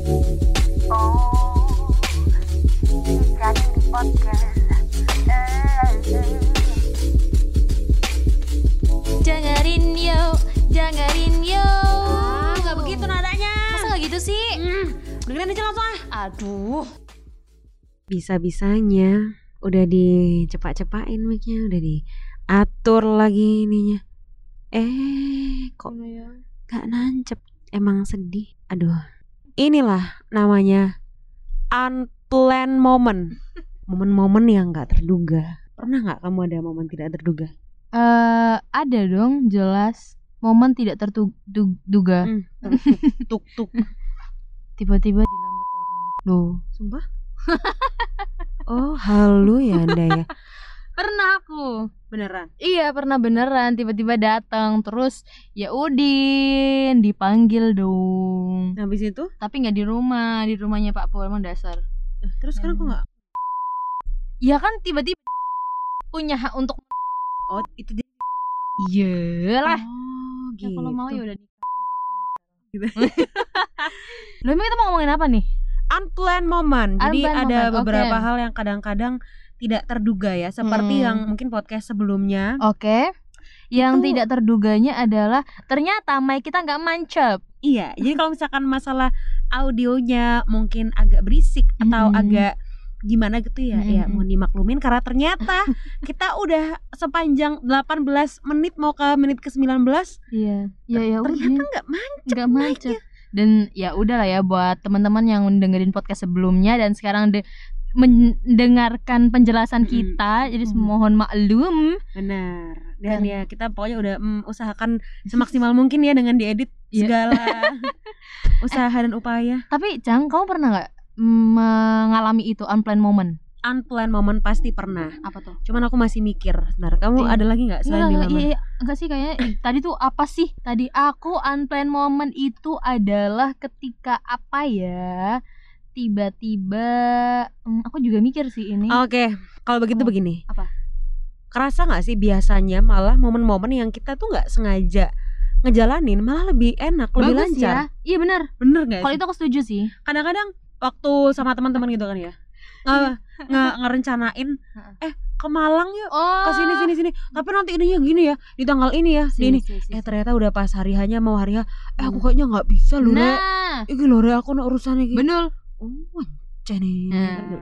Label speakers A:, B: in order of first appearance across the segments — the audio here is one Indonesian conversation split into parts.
A: Oh, jadi di podcast.
B: Jangarin yo.
C: Gak begitu nadanya.
B: Masa gak gitu sih?
C: Dengerin aja langsung ah.
B: Aduh.
D: Bisa-bisanya udah dicepak-cepain mic-nya, udah diatur lagi ininya. Kok gak nancep, emang sedih. Aduh. Inilah namanya unplanned moment. Momen-momen yang gak terduga. Pernah gak kamu ada momen tidak terduga?
B: Ada dong, jelas. Momen tidak terduga.
D: Tuk-tuk.
B: Tiba-tiba dilamar orang. Loh,
D: Sumpah? Oh, halu ya Anda ya.
B: pernah aku.
D: Beneran?
B: Iya, pernah beneran. Tiba-tiba datang, terus ya Udin dipanggil dong.
D: Habis itu?
B: Tapi nggak di rumahnya Pak Pol, emang dasar.
D: Terus sekarang kok gak?
B: Ya kan tiba-tiba punya hak untuk.
D: Oh, itu dia.
B: Iyalah.
D: Oh,
B: Ya,
D: gitu.
B: kalau mau ya udah
D: Gitu.
B: Loh, emang kita mau ngomongin apa nih?
D: Unplanned moment. Jadi
B: Unplanned
D: ada
B: moment,
D: beberapa
B: oke.
D: hal yang kadang-kadang tidak terduga ya, seperti yang mungkin podcast sebelumnya.
B: Oke. Yang
D: Itu-
B: tidak terduganya adalah ternyata mic kita nggak mancep.
D: Iya, jadi kalau misalkan masalah audionya mungkin agak berisik atau agak gimana gitu ya, ya mohon dimaklumin karena ternyata kita udah sepanjang 18 menit mau ke menit ke-19
B: Iya. Ya
D: ternyata
B: udah.
D: nggak
B: Nggak mancep. Dan ya udahlah ya buat teman-teman yang dengerin podcast sebelumnya dan sekarang mendengarkan penjelasan kita, jadi mohon maklum.
D: benar. Dan
B: Kan.
D: ya kita pokoknya udah usahakan semaksimal mungkin ya dengan diedit
B: Iya.
D: segala usaha dan upaya.
B: Tapi Cang, kamu pernah nggak mengalami itu unplanned moment?
D: Unplanned moment pasti pernah.
B: Apa tuh?
D: Cuman aku masih mikir. Sebentar, kamu
B: Iya.
D: ada lagi nggak selain dilema?
B: Iya, enggak sih kayaknya. Tadi tuh apa sih? Tadi aku unplanned moment itu adalah ketika apa ya? Tiba-tiba aku juga mikir sih ini.
D: Oke, kalau begitu begini.
B: Apa?
D: Kerasa nggak sih biasanya malah momen-momen yang kita tuh nggak sengaja ngejalanin malah lebih enak, lebih
B: Bagus
D: lancar.
B: ya. Iya benar.
D: Bener nggak
B: Kalau
D: sih?
B: itu aku setuju sih.
D: Kadang-kadang waktu sama teman-teman gitu kan ya, ngerencanain, ke Malang yuk,
B: Oh.
D: ke sini. Tapi nanti ininya gini ya, di tanggal ini ya, di ini. Ternyata udah pas hari hanya mau hari H, aku kayaknya nggak bisa loh, Re.
B: Nah,
D: Iki loh, Re, aku nak urusan iki.
B: bener.
D: Oh, nih.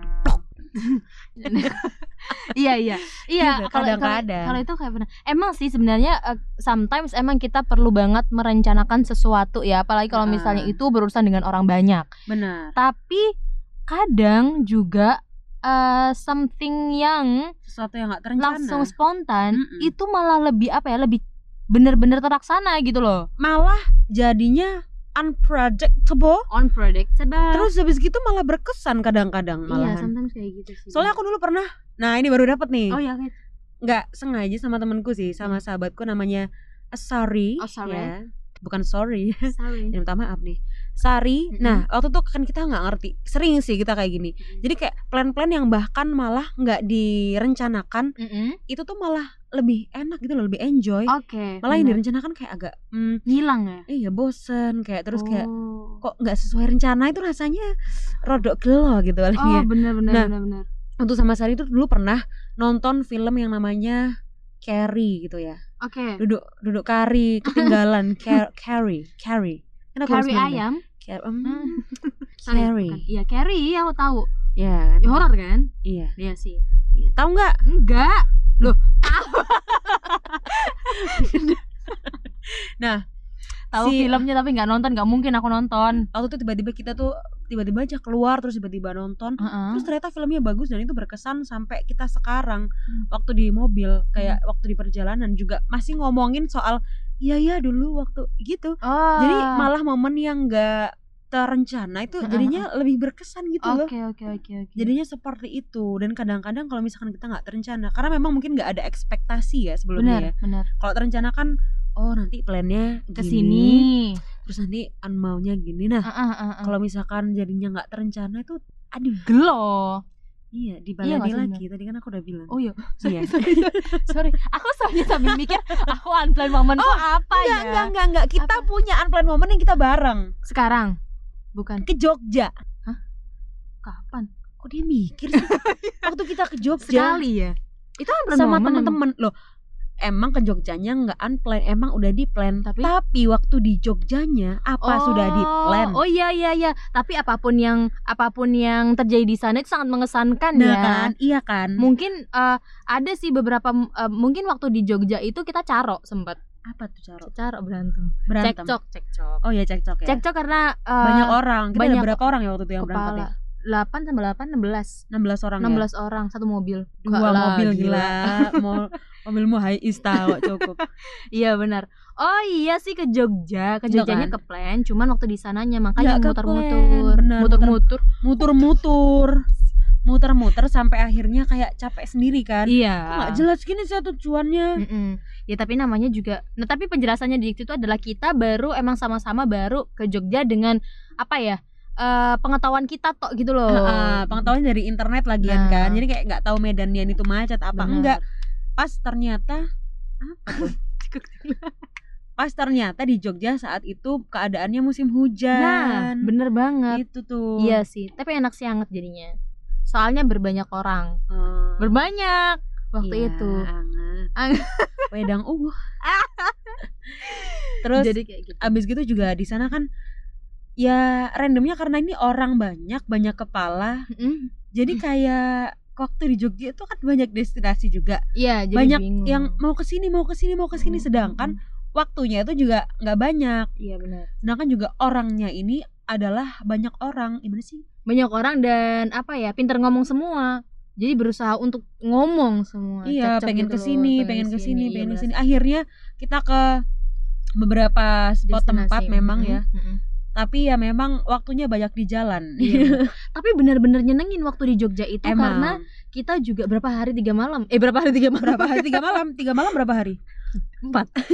B: Iya.
D: Gitu, kadang-kadang.
B: Kalau itu kayak benar. Emang sih sebenarnya sometimes emang kita perlu banget merencanakan sesuatu ya, apalagi kalau misalnya itu berurusan dengan orang banyak.
D: Benar.
B: Tapi kadang juga something yang
D: Sesuatu yang nggak terencana.
B: langsung spontan itu malah lebih apa ya, lebih bener-bener terlaksana gitu loh.
D: Malah jadinya unpredictable. Terus habis gitu malah berkesan kadang-kadang
B: Iya,
D: malahan.
B: sometimes kayak gitu sih.
D: Soalnya aku dulu pernah, nah ini baru dapet nih.
B: Oh ya,
D: Nggak sengaja sama temanku sih, sama sahabatku namanya Sari.
B: Oh, Sari.
D: Ya. Bukan sorry.
B: sorry.
D: Ini minta maaf nih. Sari. Nah, waktu itu kan kita nggak ngerti. Sering sih kita kayak gini. Jadi kayak plan-plan yang bahkan malah nggak direncanakan, itu tuh malah lebih enak gitu loh, lebih enjoy.
B: Oke.
D: Malah yang direncanakan kayak agak
B: ngilang ya.
D: iya bosen kayak terus kayak
B: Oh.
D: kok nggak sesuai rencana itu rasanya rodok gelo gitu
B: Oh,
D: palingnya.
B: benar.
D: Nah, Untuk sama Sari itu dulu pernah nonton film yang namanya Carrie gitu ya.
B: Oke.
D: Duduk kari ketinggalan. Carrie. Kan aku harus
B: Carrie
D: bilang deh.
B: ayam. Sorry,
D: Carrie.
B: bukan. Iya, Carrie aku tahu.
D: Ya kan?
B: Ya, horor kan?
D: Iya.
B: Iya sih.
D: Tahu nggak?
B: Enggak. Loh,
D: Nah,
B: tahu filmnya tapi nggak nonton, nggak mungkin aku nonton.
D: waktu itu tiba-tiba aja keluar terus tiba-tiba nonton. Terus ternyata filmnya bagus dan itu berkesan sampai kita sekarang waktu di mobil kayak waktu di perjalanan juga masih ngomongin soal iya dulu waktu gitu.
B: Oh.
D: Jadi malah momen yang nggak terencana itu jadinya lebih berkesan gitu loh.
B: Oke.
D: Jadinya seperti itu. Dan kadang-kadang kalau misalkan kita nggak terencana, karena memang mungkin nggak ada ekspektasi ya sebelumnya ya.
B: benar.
D: Kalau terencana kan oh nanti plannya
B: Ke
D: gini,
B: sini.
D: terus nanti maunya gini. Nah kalau misalkan jadinya nggak terencana itu aduh
B: Gelo.
D: iya
B: Iya
D: dibalani
B: nggak sih,
D: lagi. Tadi kan aku udah bilang.
B: Oh iya.
D: Iya.
B: Sorry. Aku soalnya sambil mikir aku unplanned momentku apa ya?
D: Enggak. Kita punya unplanned moment yang kita bareng.
B: Sekarang. Bukan.
D: Ke Jogja.
B: Kapan?
D: Kok dia mikir sih? Waktu kita ke Jogja
B: Sekali ya. Itu kan
D: sama
B: momen
D: temen-temen loh. Emang ke Jogjanya nggak unplan, emang udah di plan.
B: Tapi?
D: Waktu di Jogjanya sudah di plan.
B: Oh iya. Tapi apapun yang terjadi di sana itu sangat mengesankan
D: Nah
B: ya.
D: kan, iya kan.
B: Mungkin ada sih beberapa mungkin waktu di Jogja itu kita caro sempat.
D: Apa tuh Caro?
B: Caro berantem.
D: Berantem.
B: Cekcok.
D: Oh ya cekcok ya.
B: Cekcok karena
D: Banyak orang. Kita
B: banyak
D: ada berapa orang ya waktu itu yang berangkat ya?
B: kepala 8 tambah 8 16.
D: 16 orang
B: 16
D: ya.
B: orang satu mobil.
D: 2
B: Enggak lah,
D: mobil gila. Mobilmu high istawa cukup.
B: Iya benar. Oh iya sih ke Jogja. Ke
D: Iya
B: Jogjanya
D: kan?
B: ke plan, cuman waktu di sananya makanya
D: Nggak ke
B: muter-muter.
D: plan, benar, muter-muter sampai akhirnya kayak capek sendiri kan.
B: Iya.
D: Kok nggak jelas gini sih tujuannya.
B: Ya tapi namanya juga. Nah tapi penjelasannya di situ adalah kita emang sama-sama baru ke Jogja dengan apa ya? Pengetahuan kita tok gitu loh.
D: Pengetahuan dari internet lagian
B: Nah.
D: kan. Jadi kayak nggak tahu medannya itu macet apa
B: Benar.
D: enggak. Pas ternyata apa tuh? Pas ternyata di Jogja saat itu keadaannya musim hujan.
B: Nah, bener banget.
D: Itu tuh.
B: Iya sih, tapi enak sih hangat jadinya. Soalnya berbanyak orang.
D: Oh,
B: Berbanyak waktu
D: iya,
B: itu.
D: Anget. Wedang Terus
B: Jadi kayak gitu.
D: abis gitu juga di sana kan ya randomnya karena ini orang banyak kepala.
B: Mm-mm.
D: Jadi kayak waktu di Jogja itu kan banyak destinasi juga.
B: Iya, jadi
D: Banyak
B: bingung.
D: yang mau ke sini sedangkan waktunya itu juga nggak banyak.
B: Iya benar.
D: Sedangkan juga orangnya ini adalah banyak orang. Gimana sih?
B: Banyak orang dan apa ya, pinter ngomong semua. Jadi berusaha untuk ngomong semua.
D: Iya,
B: Cocok
D: pengen
B: gitu
D: ke
B: loh,
D: sini,
B: Iya,
D: pengen ke sini.
B: benar.
D: Akhirnya kita ke beberapa spot
B: Destinasi.
D: tempat memang ya.
B: Mm-mm.
D: Tapi ya memang waktunya banyak di jalan.
B: Iya. Tapi benar-benar nyenengin waktu di Jogja itu
D: Emang.
B: karena kita juga berapa hari 3 malam. Berapa hari 3 malam?
D: Berapa hari 3 malam? 3 malam berapa hari?
B: 4.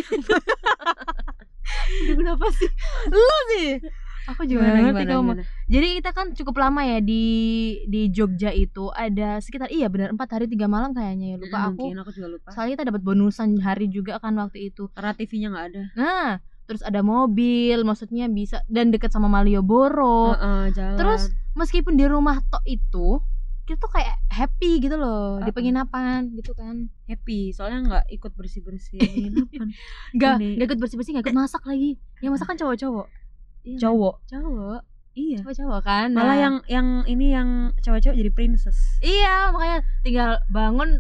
B: Kenapa sih? Lu sih. Aku juga nggak ngerti kamu. Jadi kita kan cukup lama ya di Jogja itu ada sekitar benar 4 hari 3 malam kayaknya ya, lupa aku.
D: Mungkin aku juga lupa.
B: Soalnya kita dapat bonusan hari juga kan waktu itu.
D: Karena TV-nya nggak ada.
B: Nah, terus ada mobil, maksudnya bisa dan deket sama Malioboro.
D: Jalan.
B: Terus meskipun di rumah tok itu kita tuh kayak happy gitu loh di penginapan gitu kan.
D: happy, soalnya nggak ikut bersih-bersih penginapan.
B: Nggak
D: Ini.
B: ikut bersih-bersih, nggak ikut masak lagi. Yang masak kan cowok-cowok. Iya,
D: Cowok.
B: cowok.
D: Iya.
B: Cowok kan.
D: Malah yang cewek-cewek jadi princess.
B: Iya, makanya tinggal bangun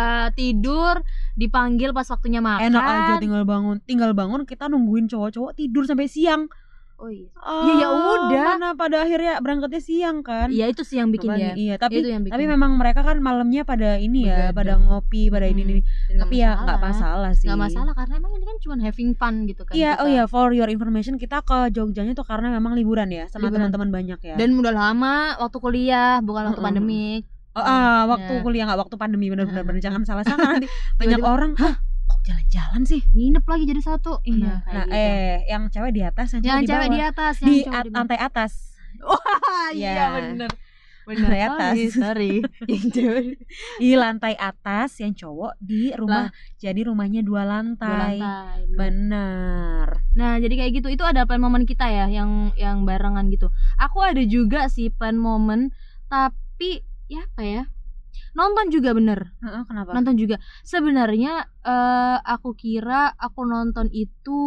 B: tidur, dipanggil pas waktunya makan.
D: Enak aja tinggal bangun kita nungguin cowok-cowok tidur sampai siang.
B: Oh iya.
D: Ah,
B: Ya udah.
D: Mana pada akhirnya berangkatnya siang kan.
B: Iya itu sih yang bikin
D: Makanya,
B: ya.
D: iya, tapi
B: Itu yang bikin.
D: tapi memang mereka kan malamnya pada ini ya, pada
B: Begadang.
D: ngopi, pada ini.
B: Dan
D: Tapi ya nggak masalah sih.
B: Nggak masalah karena emang ini kan cuma having fun gitu kan.
D: Iya,
B: kita.
D: oh iya, for your information, kita ke Jogjanya tuh karena memang liburan ya, sama
B: Liburan.
D: teman-teman banyak ya.
B: Dan udah lama waktu kuliah, bukan waktu pandemik.
D: Waktu
B: Ya.
D: kuliah nggak waktu pandemi, benar-benar jangan salah sangka nanti banyak
B: Tiba-tiba,
D: orang, hah, kok jalan-jalan sih?
B: Nginep lagi jadi satu.
D: Iya.
B: kayak
D: Nah,
B: gitu.
D: yang cewek di atas, yang
B: Yang
D: cowok
B: cewek
D: di
B: di
D: bawah.
B: atas,
D: Di
B: yang cowok di bawah.
D: lantai atas.
B: Wah,
D: Iya.
B: iya bener.
D: Lantai atas.
B: Sorry. Yang cewek
D: Di lantai atas, yang cowok di rumah. Jadi rumahnya 2 lantai. Bener.
B: Nah, jadi kayak gitu. Itu ada plan momen kita ya yang barengan gitu. Aku ada juga sih plan momen, tapi ya apa ya? Nonton juga bener.
D: Kenapa?
B: Nonton juga. Sebenarnya aku kira aku nonton itu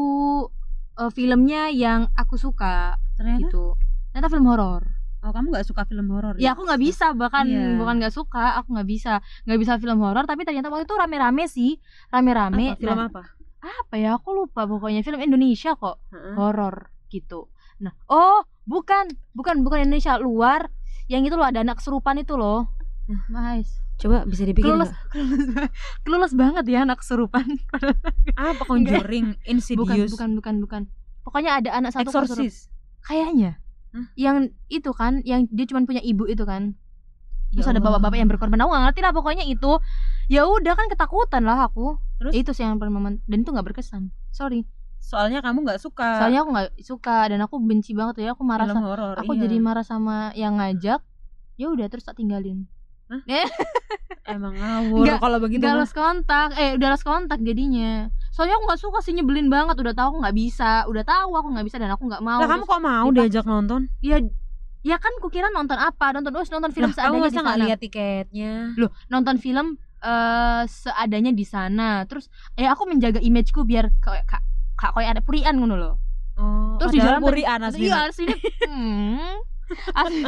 B: filmnya yang aku suka
D: Ternyata?
B: gitu. Ternyata film horor.
D: Oh, kamu nggak suka film horor?
B: Ya aku nggak bisa, bahkan
D: Iya.
B: bukan nggak suka, aku nggak bisa film horor. Tapi ternyata waktu itu rame-rame sih, rame-rame.
D: Apa? Film
B: Nah,
D: apa?
B: apa ya, aku lupa, pokoknya film Indonesia kok,
D: Heeh.
B: horor gitu. Nah, bukan Indonesia, luar. Yang itu loh, ada anak kesurupan itu loh. Mas,
D: Coba bisa dibikin
B: kelulus, kelulus banget ya anak kesurupan.
D: apa? Conjuring, Insidious,
B: Bukan. Pokoknya ada anak satu kesurupan.
D: Exorcist.
B: Kayaknya.
D: Hah?
B: Yang itu kan, yang dia cuma punya ibu itu kan. Terus
D: Ya
B: ada
D: Allah.
B: bapak-bapak yang berkorban. Aku gak ngerti lah, pokoknya itu. Ya udah kan ketakutan lah aku.
D: Terus?
B: Itu sih yang paling momen, dan itu nggak berkesan. Sorry.
D: Soalnya kamu nggak suka
B: Soalnya aku nggak suka dan aku benci banget ya. Aku marah
D: film
B: sama,
D: horor.
B: aku
D: iya.
B: jadi marah sama yang ngajak. Ya udah terus tak tinggalin.
D: Emang ngawur
B: Nggak-
D: kalau begitu.
B: Udah
D: mah.
B: lost kontak. Udah lost kontak jadinya. Soalnya aku nggak suka sih, nyebelin banget. Udah tahu aku nggak bisa, dan aku nggak mau.
D: Lah kamu
B: Terus
D: kok mau
B: dipaksa.
D: diajak nonton?
B: Ya kan kukira nonton apa? Nonton film
D: Lah, kamu
B: seadanya
D: masa
B: di
D: nggak
B: sana.
D: lihat tiketnya?
B: Loh, nonton film seadanya di sana. Terus aku menjaga imageku biar kayak ada purian ngono loh.
D: Oh,
B: Terus di
D: padahal
B: jalan
D: puri anas
B: iya aslinya asli.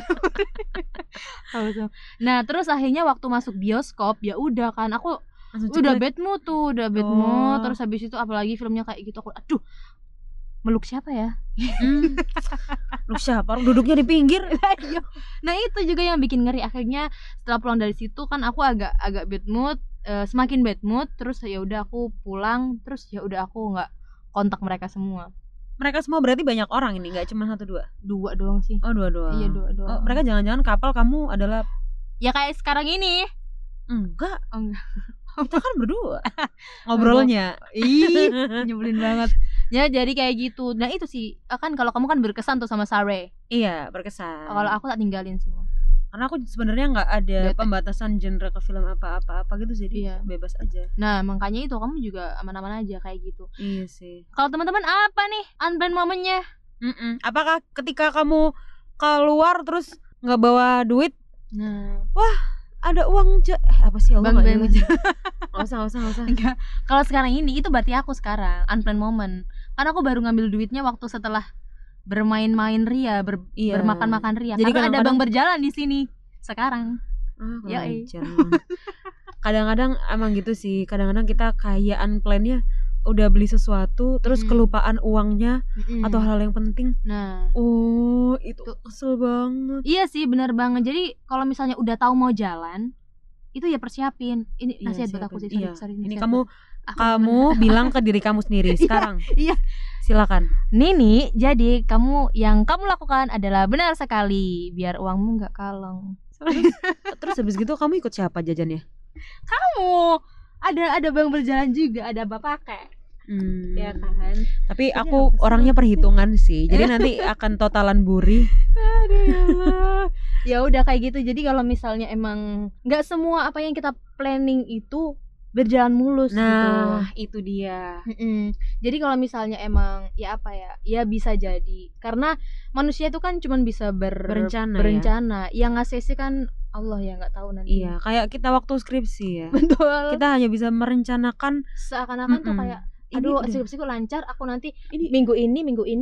B: Nah, terus akhirnya waktu masuk bioskop ya udah kan aku udah bad mood tuh,
D: Oh.
B: terus habis itu apalagi filmnya kayak gitu aku aduh, meluk siapa ya?
D: Lu siapa? Orang duduknya di pinggir.
B: Nah, itu juga yang bikin ngeri. Akhirnya setelah pulang dari situ kan aku agak bad mood, semakin bad mood. Terus ya udah aku pulang, terus ya udah aku nggak kontak mereka semua.
D: Mereka semua berarti banyak orang ini, nggak cuma 1-2.
B: 2 doang sih.
D: Oh, 2 doang.
B: Iya, 2 doang.
D: Oh, mereka jangan-jangan kapal, kamu adalah
B: Ya kayak sekarang ini.
D: enggak.
B: Oh, enggak.
D: Kita kan berdua ngobrolnya.
B: Ih, nyebelin banget. Ya jadi kayak gitu. Nah itu sih kan kalau kamu kan berkesan tuh sama Sare.
D: Iya, berkesan.
B: Kalau aku tak tinggalin semua.
D: Karena aku sebenarnya nggak ada
B: Bete.
D: pembatasan genre ke film apa-apa gitu, jadi
B: Iya.
D: bebas aja.
B: Nah makanya itu kamu juga aman-aman aja kayak gitu.
D: Iya sih.
B: Kalau teman-teman apa nih unplanned momennya?
D: Apakah ketika kamu keluar terus nggak bawa duit,
B: Nah,
D: ada uang apa sih, Allah
B: Bang
D: nggak
B: Bang.
D: jelas. Nggak usah.
B: enggak. Kalau sekarang ini itu berarti aku sekarang unplanned moment. Karena aku baru ngambil duitnya waktu setelah bermain-main ria,
D: Iya.
B: bermakan-makan ria.
D: Jadi
B: Karena ada
D: kadang-kadang-
B: bang berjalan di sini sekarang.
D: Yoi.
B: Yoi.
D: Kadang-kadang emang gitu sih. Kadang-kadang kita kayak unplanned-nya udah beli sesuatu terus kelupaan uangnya atau hal yang penting.
B: Nah,
D: Oh, itu kesel banget.
B: iya sih benar banget. Jadi kalau misalnya udah tahu mau jalan, itu ya persiapin. Ini
D: Iya,
B: nasihat buat aku sih.
D: siapin. Iya.
B: Sorry,
D: Ini
B: nasihat
D: kamu
B: buat aku.
D: bilang ke diri kamu sendiri sekarang.
B: Iya.
D: Silakan.
B: Nini, jadi yang kamu lakukan adalah benar sekali, biar uangmu nggak kalong.
D: Terus habis gitu kamu ikut siapa jajannya?
B: Kamu ada bang berjalan juga, ada bapak pakai, ya kan?
D: Tapi
B: Jadi
D: aku
B: apa sih?
D: orangnya perhitungan sih. Jadi nanti akan totalan buri.
B: Aduh ya Allah. Ya udah kayak gitu. Jadi kalau misalnya emang nggak semua apa yang kita planning itu berjalan mulus
D: Nah,
B: gitu.
D: itu dia.
B: Jadi kalau misalnya emang ya apa ya, ya bisa jadi karena manusia itu kan cuman bisa berencana. Yang ngasih kan Allah ya, nggak tahu nanti.
D: Iya, kayak kita waktu skripsi ya.
B: Betul.
D: Kita hanya bisa merencanakan
B: Seakan-akan tuh kayak
D: ini
B: aduh
D: udah-
B: skripsiku lancar, aku nanti
D: ini
B: minggu ini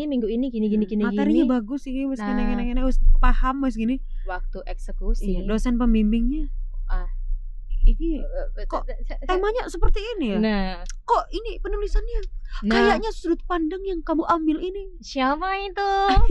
B: gini
D: materinya bagus sih, wis
B: Nah.
D: gini, wis paham wis gini.
B: waktu eksekusi.
D: Iya, dosen pembimbingnya.
B: Ah.
D: Ini kok temanya seperti ini ya?
B: Nah,
D: Kok ini penulisannya kayaknya sudut pandang yang kamu ambil ini.
B: siapa itu?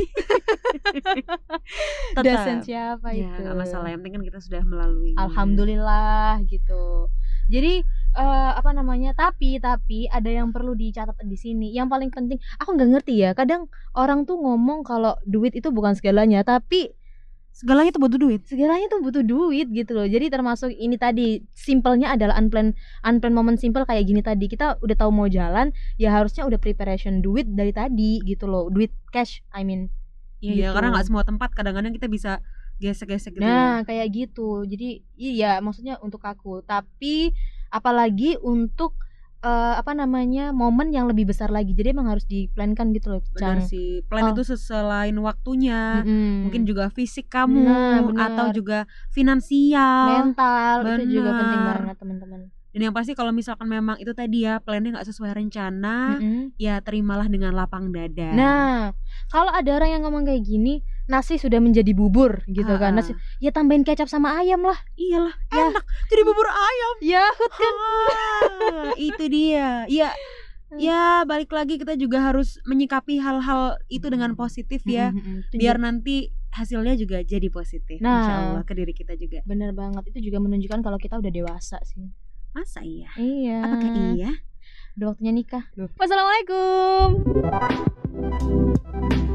D: Tetap.
B: Dosen siapa
D: Ya,
B: itu?
D: nggak masalah, yang penting kan kita sudah melalui.
B: Alhamdulillah gitu. Jadi apa namanya? Tapi ada yang perlu dicatat di sini. Yang paling penting, aku nggak ngerti ya. Kadang orang tuh ngomong kalau duit itu bukan segalanya, tapi
D: Segalanya tuh butuh duit.
B: segalanya tuh butuh duit gitu loh. Jadi termasuk ini tadi, simpelnya adalah unplanned moment simple kayak gini tadi. Kita udah tahu mau jalan, ya harusnya udah preparation duit dari tadi gitu loh. Duit cash, I mean.
D: Iya,
B: Gitu.
D: karena nggak semua tempat kadang-kadang kita bisa gesek-gesek gitu.
B: Nah, kayak gitu. Jadi iya, maksudnya untuk aku. Tapi apalagi untuk apa namanya, momen yang lebih besar lagi. Jadi emang harus diplankan gitu loh.
D: Benar sih. Plan
B: Oh.
D: itu selain waktunya,
B: Mm-mm.
D: mungkin juga fisik kamu
B: Nah, benar.
D: atau juga finansial.
B: mental itu juga
D: Benar.
B: penting banget teman-teman.
D: Dan yang pasti kalau misalkan memang itu tadi ya plannya nggak sesuai rencana,
B: Mm-mm.
D: ya terimalah dengan lapang dada.
B: Nah, kalau ada orang yang ngomong kayak gini, nasi sudah menjadi bubur gitu kan. Nasi, ya tambahin kecap sama ayam lah.
D: Iyalah,
B: Ya.
D: enak jadi bubur ayam.
B: Ya, kan.
D: Itu dia. Iya. Ya, balik lagi kita juga harus menyikapi hal-hal itu dengan positif ya.
B: Mm-mm. Itu
D: Biar
B: juga
D: nanti hasilnya juga jadi positif.
B: Nah.
D: Insya Allah ke diri kita juga.
B: bener banget. Itu juga menunjukkan kalau kita udah dewasa sih.
D: Masa iya?
B: Iya.
D: Apakah iya?
B: Udah waktunya nikah. Wassalamualaikum.